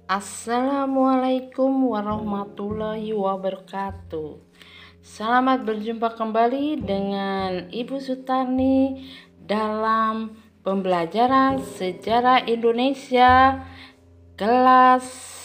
Assalamualaikum warahmatullahi wabarakatuh. Selamat berjumpa kembali dengan Ibu Sutarni dalam pembelajaran sejarah Indonesia kelas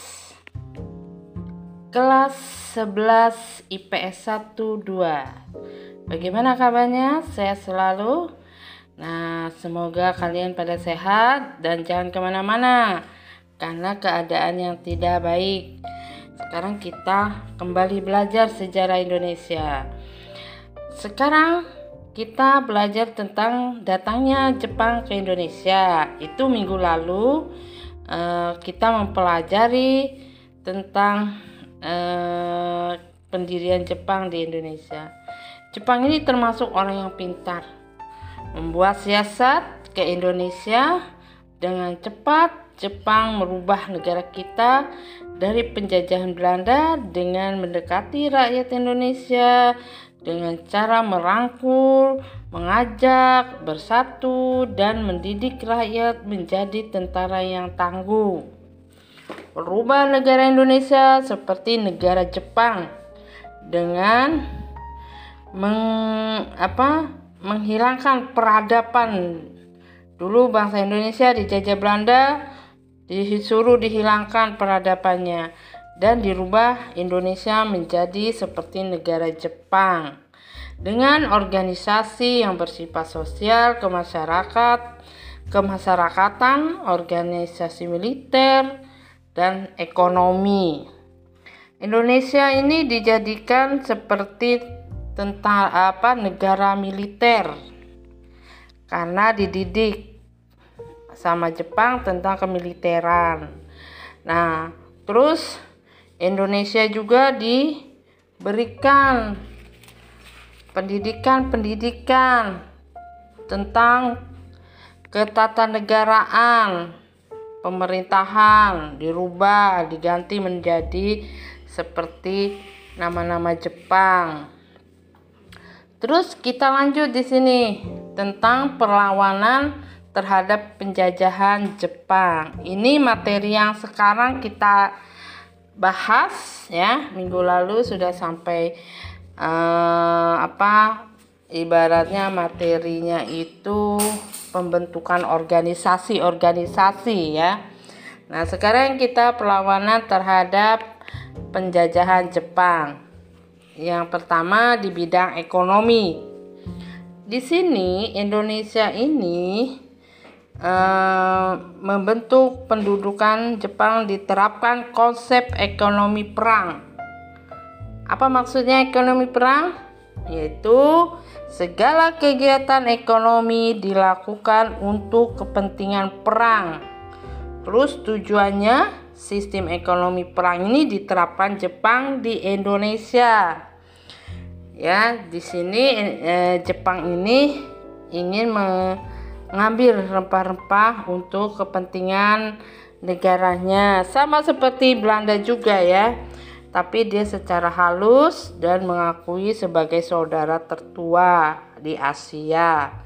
11 IPS 1-2. Bagaimana kabarnya? Sehat selalu? Nah, semoga kalian pada sehat dan jangan kemana-mana karena keadaan yang tidak baik. Sekarang kita kembali belajar sejarah Indonesia. Sekarang kita belajar tentang datangnya Jepang ke Indonesia. Itu minggu lalu kita mempelajari tentang pendirian Jepang di Indonesia. Jepang ini termasuk orang yang pintar, membuat siasat ke Indonesia. Dengan cepat Jepang merubah negara kita dari penjajahan Belanda dengan mendekati rakyat Indonesia dengan cara merangkul, mengajak, bersatu, dan mendidik rakyat menjadi tentara yang tangguh. Merubah negara Indonesia seperti negara Jepang dengan menghilangkan peradaban. Dulu bangsa Indonesia dijajah Belanda, disuruh dihilangkan peradabannya dan dirubah Indonesia menjadi seperti negara Jepang dengan organisasi yang bersifat sosial, kemasyarakatan, organisasi militer, dan ekonomi. Indonesia ini dijadikan seperti negara militer karena dididik sama Jepang tentang kemiliteran. Nah, terus Indonesia juga diberikan pendidikan tentang ketatanegaraan, pemerintahan dirubah, diganti menjadi seperti nama-nama Jepang. Terus kita lanjut di sini tentang perlawanan terhadap penjajahan Jepang. Ini materi yang sekarang kita bahas ya. Minggu lalu sudah sampai ibaratnya materinya itu pembentukan organisasi ya. Nah, sekarang kita perlawanan terhadap penjajahan Jepang. Yang pertama di bidang ekonomi. Di sini Indonesia ini membentuk pendudukan Jepang diterapkan konsep ekonomi perang. Apa maksudnya ekonomi perang? Yaitu segala kegiatan ekonomi dilakukan untuk kepentingan perang. Terus tujuannya sistem ekonomi perang ini diterapkan Jepang di Indonesia. Ya, di sini Jepang ini ingin mengambil rempah-rempah untuk kepentingan negaranya, sama seperti Belanda juga ya. Tapi dia secara halus dan mengakui sebagai saudara tertua di Asia.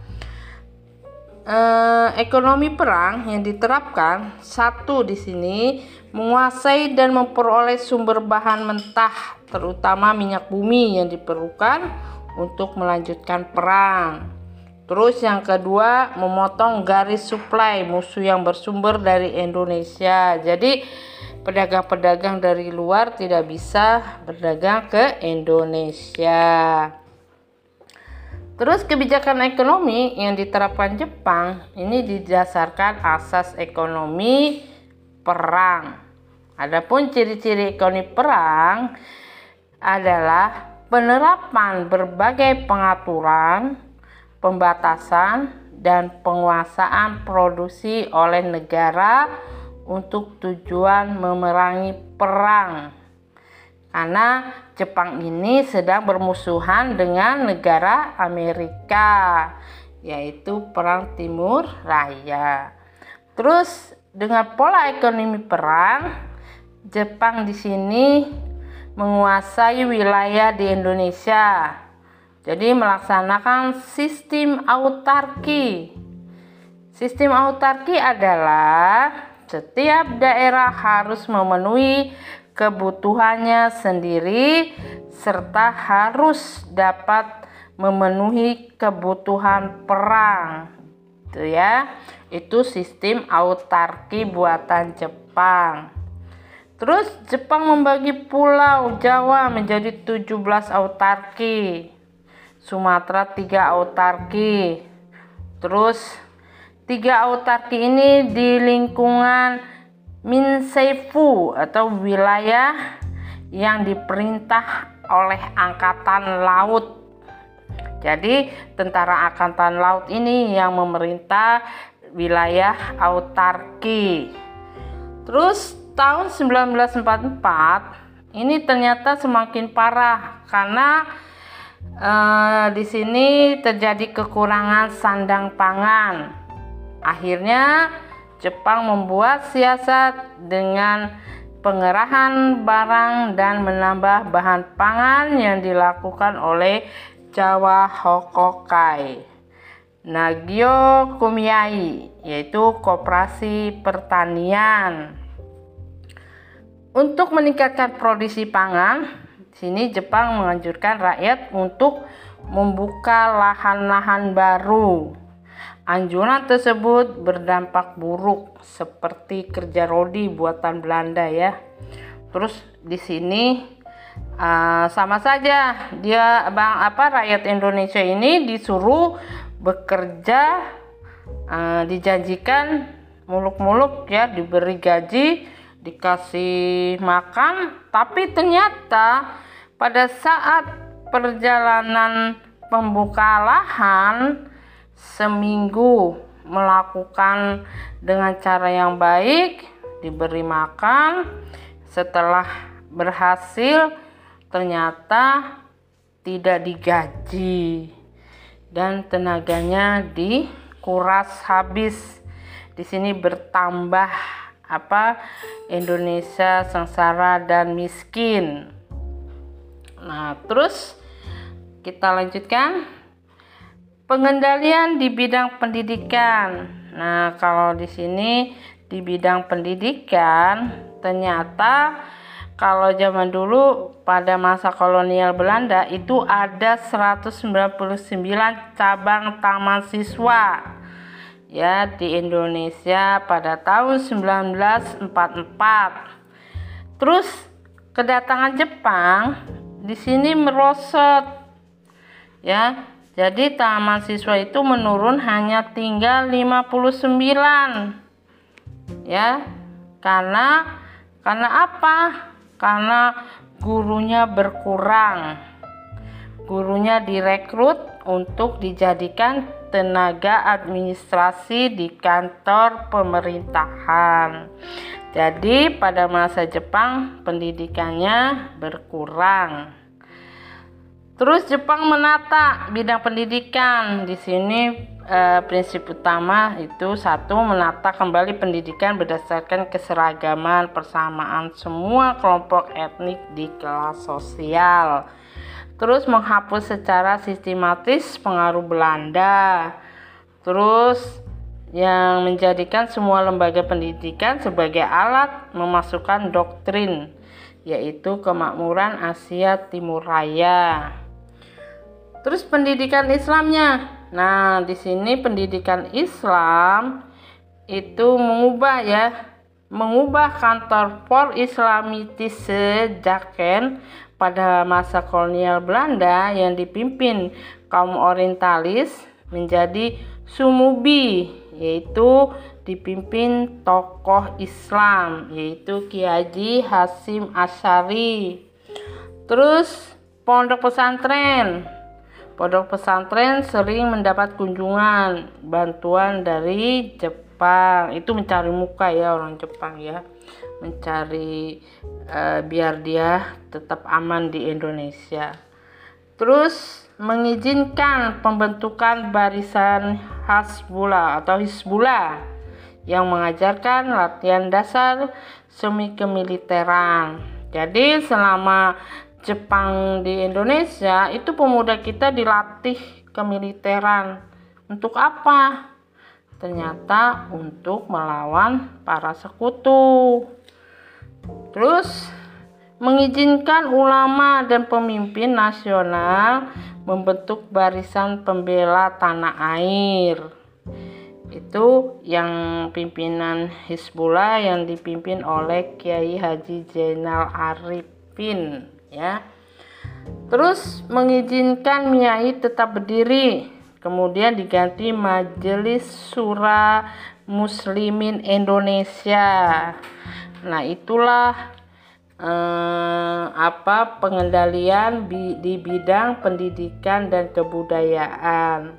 Ekonomi perang yang diterapkan satu di sini menguasai dan memperoleh sumber bahan mentah terutama minyak bumi yang diperlukan untuk melanjutkan perang. Terus yang kedua memotong garis suplai musuh yang bersumber dari Indonesia. Jadi pedagang-pedagang dari luar tidak bisa berdagang ke Indonesia. Terus kebijakan ekonomi yang diterapkan Jepang ini didasarkan asas ekonomi perang. Adapun ciri-ciri ekonomi perang adalah penerapan berbagai pengaturan, pembatasan, dan penguasaan produksi oleh negara untuk tujuan memerangi perang. Karena Jepang ini sedang bermusuhan dengan negara Amerika, yaitu Perang Timur Raya. Terus dengan pola ekonomi perang, Jepang di sini menguasai wilayah di Indonesia. Jadi melaksanakan sistem autarki. Sistem autarki adalah Setiap daerah harus memenuhi kebutuhannya sendiri serta harus dapat memenuhi kebutuhan perang. Itu ya. Itu sistem autarki buatan Jepang. Terus Jepang membagi pulau Jawa menjadi 17 autarki. Sumatera 3 autarki. Terus 3 autarki ini di lingkungan Minseifu atau wilayah yang diperintah oleh Angkatan Laut. Jadi tentara Angkatan Laut ini yang memerintah wilayah autarki. Terus tahun 1944 ini ternyata semakin parah karena di sini terjadi kekurangan sandang pangan. Akhirnya Jepang membuat siasat dengan pengerahan barang dan menambah bahan pangan yang dilakukan oleh Jawa Hokokai Nagyo Kumiai, yaitu koperasi pertanian. Untuk meningkatkan produksi pangan, sini Jepang menganjurkan rakyat untuk membuka lahan-lahan baru. Anjuran tersebut berdampak buruk seperti kerja rodi buatan Belanda ya. Terus di sini sama saja rakyat Indonesia ini disuruh bekerja, dijanjikan muluk-muluk ya, diberi gaji, dikasih makan, tapi ternyata pada saat perjalanan pembuka lahan seminggu melakukan dengan cara yang baik, diberi makan, setelah berhasil ternyata tidak digaji dan tenaganya dikuras habis. Di sini bertambah Indonesia sengsara dan miskin. Nah, terus kita lanjutkan pengendalian di bidang pendidikan. Nah, kalau di sini di bidang pendidikan ternyata kalau zaman dulu pada masa kolonial Belanda itu ada 199 cabang taman siswa ya di Indonesia pada tahun 1944. Terus kedatangan Jepang di sini merosot ya. Jadi taman siswa itu menurun hanya tinggal 59 ya. Karena apa? Karena gurunya berkurang. Gurunya direkrut untuk dijadikan tenaga administrasi di kantor pemerintahan. Jadi pada masa Jepang pendidikannya berkurang. Terus Jepang menata bidang pendidikan. Di sini prinsip utama itu satu, menata kembali pendidikan berdasarkan keseragaman persamaan semua kelompok etnik di kelas sosial. Terus menghapus secara sistematis pengaruh Belanda. Terus yang menjadikan semua lembaga pendidikan sebagai alat memasukkan doktrin, yaitu kemakmuran Asia Timur Raya. Terus pendidikan Islamnya. Nah, di sini pendidikan Islam itu mengubah kantor For Islamitische Zaken pada masa kolonial Belanda yang dipimpin kaum orientalis menjadi Sumubi, yaitu dipimpin tokoh Islam yaitu Kiai Haji Hasyim Asy'ari. Terus pondok pesantren sering mendapat kunjungan bantuan dari Jepang. Itu mencari muka ya orang Jepang ya, mencari biar dia tetap aman di Indonesia. Terus mengizinkan pembentukan barisan Hizbullah yang mengajarkan latihan dasar semi kemiliteran. Jadi selama Jepang di Indonesia itu pemuda kita dilatih kemiliteran. Untuk apa? ternyata untuk melawan para sekutu. Terus mengizinkan ulama dan pemimpin nasional membentuk barisan pembela tanah air. Itu yang pimpinan Hizbullah yang dipimpin oleh Kiai Haji Zainal Arifin, ya. Terus mengizinkan MIAI tetap berdiri, kemudian diganti Majelis Syura Muslimin Indonesia. Nah, itulah pengendalian di bidang pendidikan dan kebudayaan.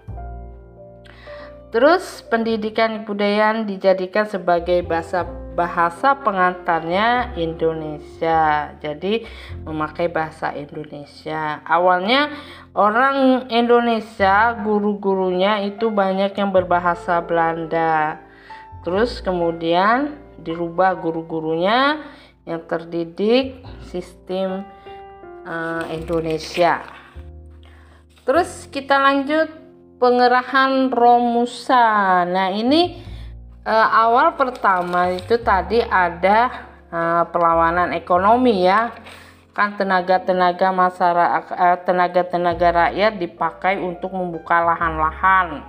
Terus pendidikan kebudayaan dijadikan sebagai bahasa pengantarnya Indonesia. Jadi memakai bahasa Indonesia. Awalnya orang Indonesia, guru-gurunya itu banyak yang berbahasa Belanda. Terus kemudian dirubah guru-gurunya yang terdidik sistem Indonesia. Terus kita lanjut pengerahan Romusa. Nah, ini awal pertama itu tadi ada perlawanan ekonomi, ya. Kan tenaga-tenaga masyarakat, tenaga-tenaga rakyat dipakai untuk membuka lahan-lahan.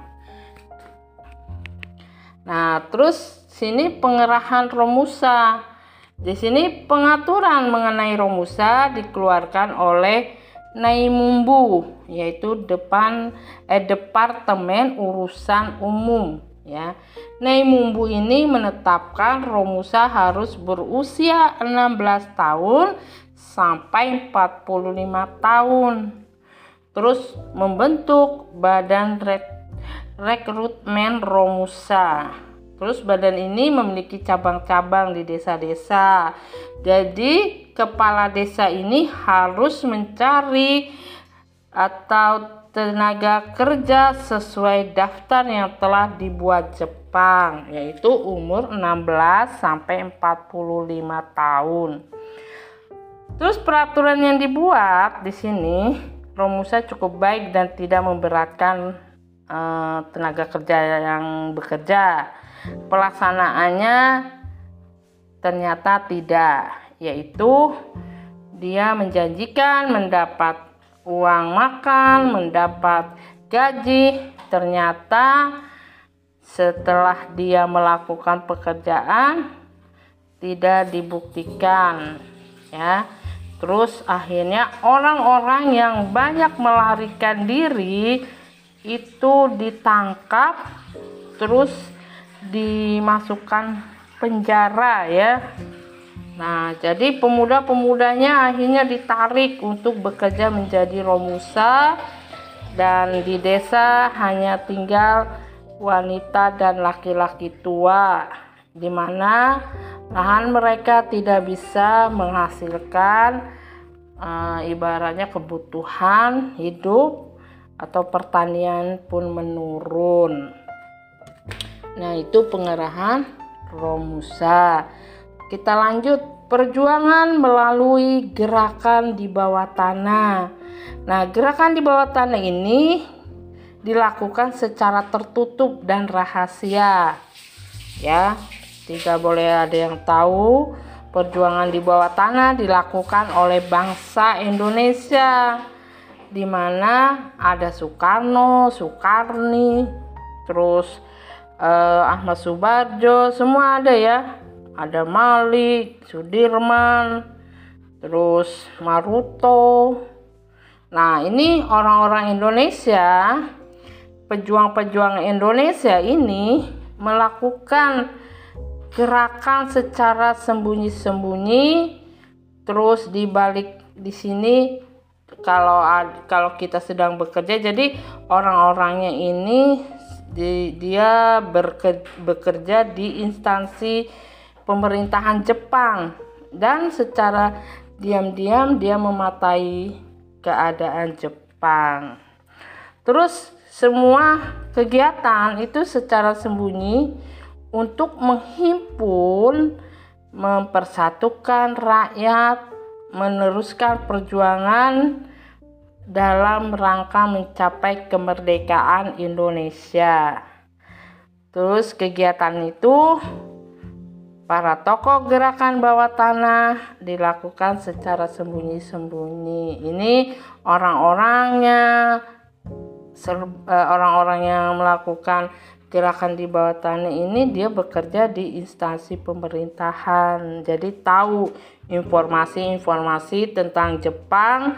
Nah, terus sini pengerahan Romusa. Di sini pengaturan mengenai Romusa dikeluarkan oleh Naimumbu, yaitu Departemen Urusan Umum, ya. Naimumbu ini menetapkan Romusa harus berusia 16 tahun sampai 45 tahun. Terus membentuk Badan Rekrutmen Romusa. Terus badan ini memiliki cabang-cabang di desa-desa. Jadi kepala desa ini harus mencari atau tenaga kerja sesuai daftar yang telah dibuat Jepang, yaitu umur 16 sampai 45 tahun. Terus peraturan yang dibuat di sini, Romusa cukup baik dan tidak memberatkan tenaga kerja yang bekerja. Pelaksanaannya ternyata tidak, yaitu dia menjanjikan mendapat uang makan, mendapat gaji. Ternyata setelah dia melakukan pekerjaan tidak dibuktikan, ya. Terus akhirnya orang-orang yang banyak melarikan diri itu ditangkap, terus dimasukkan penjara, ya. Nah, jadi pemuda-pemudanya akhirnya ditarik untuk bekerja menjadi Romusa, dan di desa hanya tinggal wanita dan laki-laki tua, di mana lahan mereka tidak bisa menghasilkan ibaratnya kebutuhan hidup, atau pertanian pun menurun. Nah, itu pengerahan Romusa. Kita lanjut, perjuangan melalui gerakan di bawah tanah. Nah, gerakan di bawah tanah ini dilakukan secara tertutup dan rahasia, ya. Tidak boleh ada yang tahu. Perjuangan di bawah tanah dilakukan oleh bangsa Indonesia, di mana ada Soekarno, Soekarni, terus Ahmad Subarjo, semua ada, ya. Ada Malik, Sudirman, terus Maruto. Nah, ini orang-orang Indonesia, pejuang-pejuang Indonesia ini melakukan gerakan secara sembunyi-sembunyi. Terus di balik di sini, kalau kita sedang bekerja, jadi orang-orangnya ini dia bekerja di instansi pemerintahan Jepang, dan secara diam-diam dia mematai keadaan Jepang. Terus semua kegiatan itu secara sembunyi untuk menghimpun, mempersatukan rakyat, meneruskan perjuangan dalam rangka mencapai kemerdekaan Indonesia. Terus kegiatan itu para tokoh gerakan bawah tanah dilakukan secara sembunyi-sembunyi. Ini orang-orang yang melakukan gerakan di bawah tanah ini dia bekerja di instansi pemerintahan. Jadi tahu informasi-informasi tentang Jepang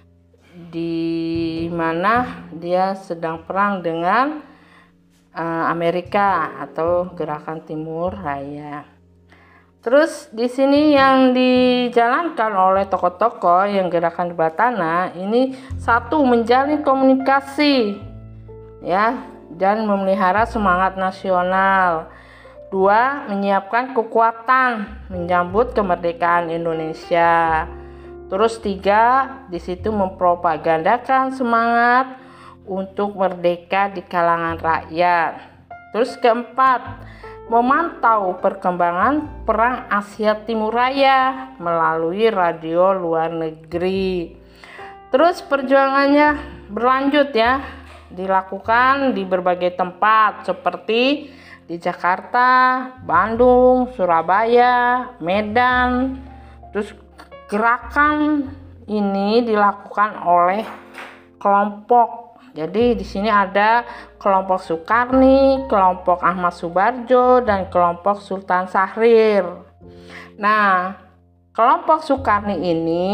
di mana dia sedang perang dengan Amerika atau gerakan Timur Raya. Terus di sini yang dijalankan oleh tokoh-tokoh yang gerakan di bawah tanah ini, satu, menjalin komunikasi ya dan memelihara semangat nasional. Dua, menyiapkan kekuatan menyambut kemerdekaan Indonesia. Terus tiga, di situ mempropagandakan semangat untuk merdeka di kalangan rakyat. Terus keempat, memantau perkembangan perang Asia Timur Raya melalui radio luar negeri. Terus perjuangannya berlanjut ya, dilakukan di berbagai tempat seperti di Jakarta, Bandung, Surabaya, Medan. Terus gerakan ini dilakukan oleh kelompok. Jadi di sini ada kelompok Sukarni, kelompok Ahmad Subarjo, dan kelompok Sultan Syahrir. Nah, kelompok Sukarni ini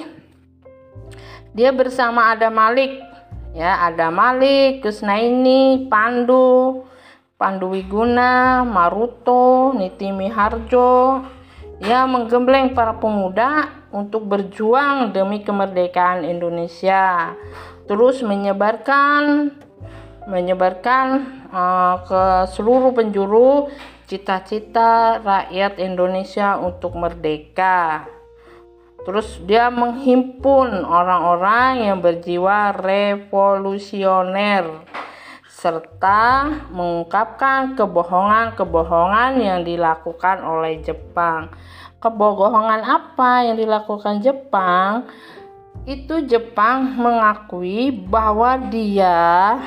dia bersama ada Malik ya, ada Malik, Kusnaini, Panduwiguna, Maruto, Niti Miharjo yang menggembleng para pemuda untuk berjuang demi kemerdekaan Indonesia. Terus menyebarkan ke seluruh penjuru cita-cita rakyat Indonesia untuk merdeka. Terus dia menghimpun orang-orang yang berjiwa revolusioner serta mengungkapkan kebohongan-kebohongan yang dilakukan oleh Jepang. Kebohongan apa yang dilakukan Jepang? Itu Jepang mengakui bahwa dia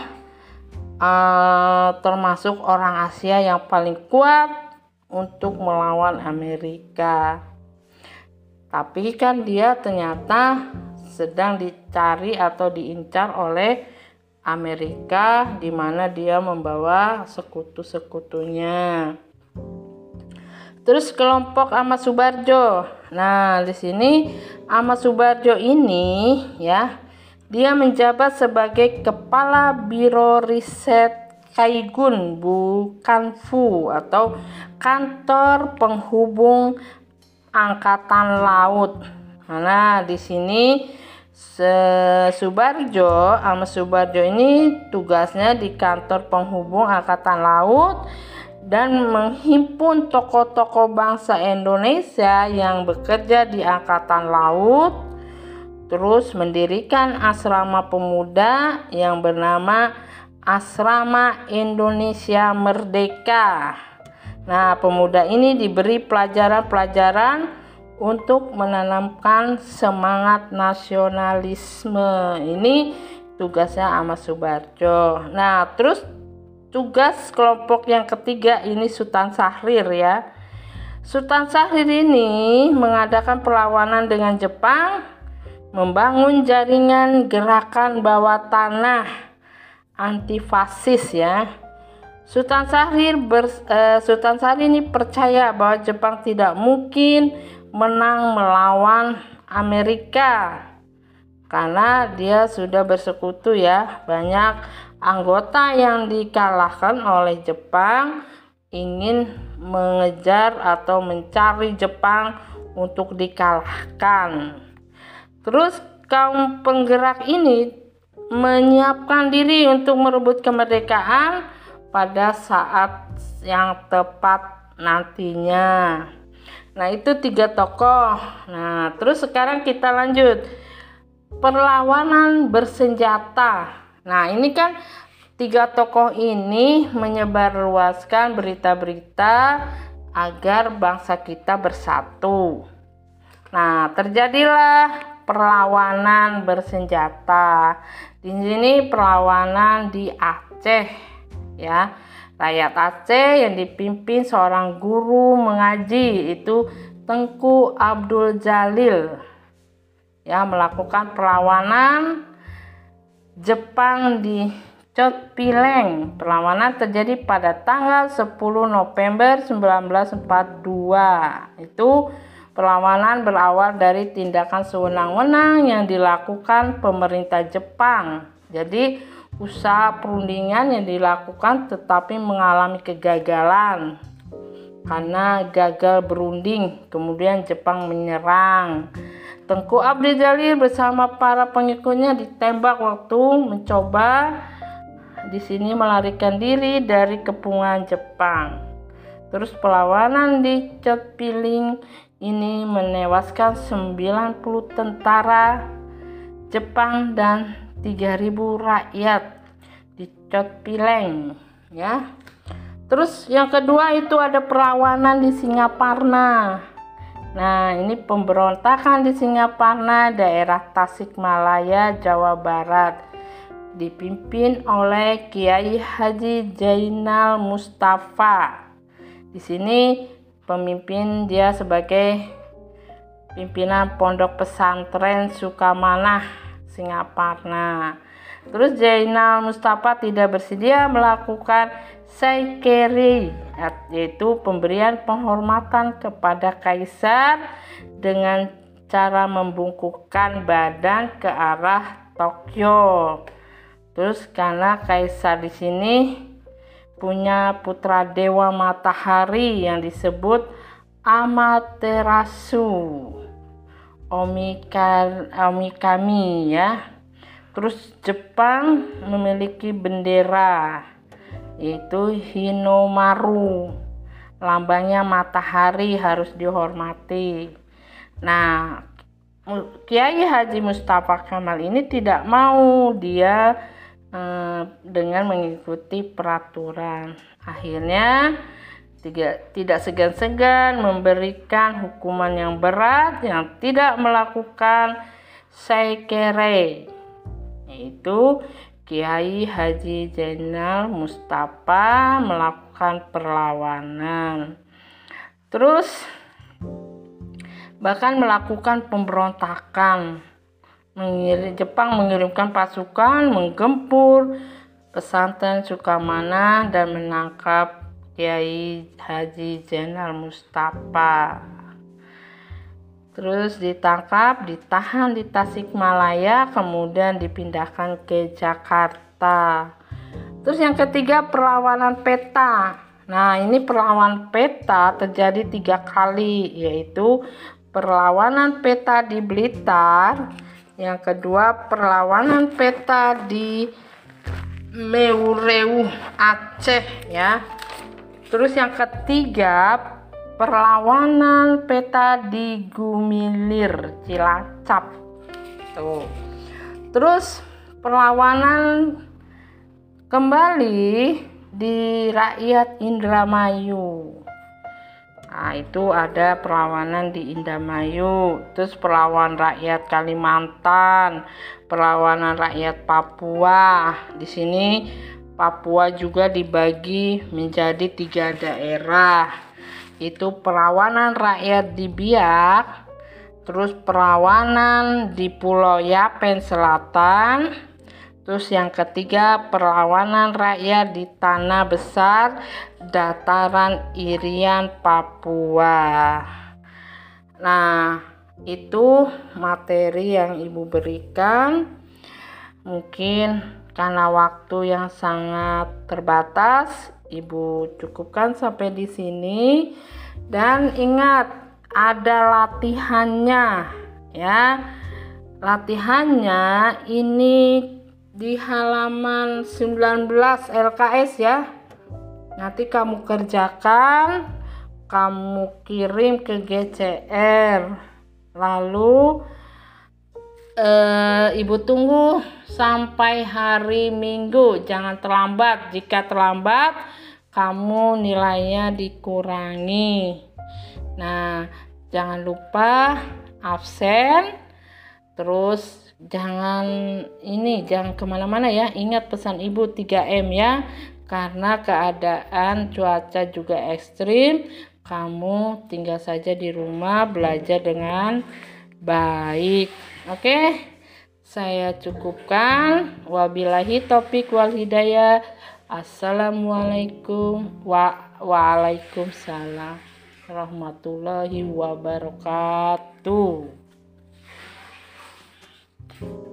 termasuk orang Asia yang paling kuat untuk melawan Amerika. Tapi kan dia ternyata sedang dicari atau diincar oleh Amerika, di mana dia membawa sekutu-sekutunya. Terus kelompok Ahmad Subarjo. Nah, di sini Ahmad Subarjo ini ya, dia menjabat sebagai kepala Biro Riset Kaigun Bukanfu atau kantor penghubung Angkatan Laut. Nah, di sini Ahmad Subarjo ini tugasnya di kantor penghubung Angkatan Laut dan menghimpun tokoh-tokoh bangsa Indonesia yang bekerja di Angkatan Laut. Terus mendirikan asrama pemuda yang bernama Asrama Indonesia Merdeka. Nah, pemuda ini diberi pelajaran-pelajaran untuk menanamkan semangat nasionalisme. Ini tugasnya Ahmad Subarjo. Nah, terus tugas kelompok yang ketiga ini Sultan Syahrir ya. Sultan Syahrir ini mengadakan perlawanan dengan Jepang, membangun jaringan gerakan bawah tanah antifasis ya. Sultan Syahrir ini percaya bahwa Jepang tidak mungkin menang melawan Amerika karena dia sudah bersekutu ya. Banyak anggota yang dikalahkan oleh Jepang ingin mengejar atau mencari Jepang untuk dikalahkan. Terus kaum penggerak ini menyiapkan diri untuk merebut kemerdekaan pada saat yang tepat nantinya. Nah, itu 3 tokoh. Nah, terus sekarang kita lanjut. Perlawanan bersenjata. Nah, ini kan 3 tokoh ini menyebarluaskan berita-berita agar bangsa kita bersatu. Nah, terjadilah perlawanan bersenjata. Di sini perlawanan di Aceh ya. rakyat Aceh yang dipimpin seorang guru mengaji, itu Tengku Abdul Jalil, ya, melakukan perlawanan Jepang di Chot Pileng. Perlawanan terjadi pada tanggal 10 November 1942. Itu perlawanan berawal dari tindakan sewenang-wenang yang dilakukan pemerintah Jepang. Jadi usaha perundingan yang dilakukan tetapi mengalami kegagalan karena gagal berunding. Kemudian Jepang menyerang. Tengku Abdul Jalil bersama para pengikutnya ditembak waktu mencoba di sini melarikan diri dari kepungan Jepang. Terus perlawanan di Chot Pileng ini menewaskan 90 tentara Jepang dan 3.000 rakyat di Chot Pileng, ya. Terus yang kedua itu ada perlawanan di Singaparna. Nah, ini pemberontakan di Singaparna, daerah Tasikmalaya, Jawa Barat, dipimpin oleh Kiai Haji Zainal Mustafa. Di sini pemimpin dia sebagai pimpinan Pondok Pesantren Sukamanah Singaparna. Terus Zainal Mustafa tidak bersedia melakukan saikeri, yaitu pemberian penghormatan kepada kaisar dengan cara membungkukkan badan ke arah Tokyo. Terus karena kaisar di sini punya putra dewa matahari yang disebut Amaterasu Omikami, ya. Terus Jepang memiliki bendera, yaitu Hinomaru, lambangnya matahari, harus dihormati. Nah, Kiai Haji Mustafa Kamal ini tidak mau, dia dengan mengikuti peraturan. Akhirnya tidak segan-segan memberikan hukuman yang berat yang tidak melakukan saikere, yaitu Kiai Haji Zainal Mustafa melakukan perlawanan. Terus bahkan melakukan pemberontakan. Jepang mengirimkan pasukan menggempur pesantren Sukamanah dan menangkap Kiai Haji Zainal Mustafa. Terus ditangkap, ditahan di Tasikmalaya, kemudian dipindahkan ke Jakarta. Terus yang ketiga, perlawanan peta. Nah, ini perlawanan peta terjadi 3 kali, yaitu perlawanan peta di Blitar, yang kedua perlawanan peta di Meureu, Aceh, ya. Terus yang ketiga, perlawanan peta di Gumilir, Cilacap. Tuh. Terus perlawanan kembali di rakyat Indramayu. Nah, itu ada perlawanan di Indramayu. Terus perlawanan rakyat Kalimantan, perlawanan rakyat Papua. Di sini Papua juga dibagi menjadi 3 daerah. Itu perlawanan rakyat di Biak, terus perlawanan di Pulau Yapen Selatan, terus yang ketiga perlawanan rakyat di Tanah Besar, Dataran Irian, Papua. Nah, itu materi yang Ibu berikan. Mungkin karena waktu yang sangat terbatas, Ibu cukupkan sampai di sini. Dan ingat, ada latihannya, ya. Latihannya ini di halaman 19 LKS, ya. Nanti kamu kerjakan, kamu kirim ke GCR. Lalu Ibu tunggu sampai hari Minggu, jangan terlambat. Jika terlambat, kamu nilainya dikurangi. Nah, jangan lupa absen. Terus jangan kemana-mana, ya. Ingat pesan Ibu 3M, ya. Karena keadaan cuaca juga ekstrim, kamu tinggal saja di rumah belajar dengan baik. Oke, saya cukupkan. Wabillahi taufik wal hidayah. Assalamualaikum waalaikumsalam warahmatullahi wabarakatuh.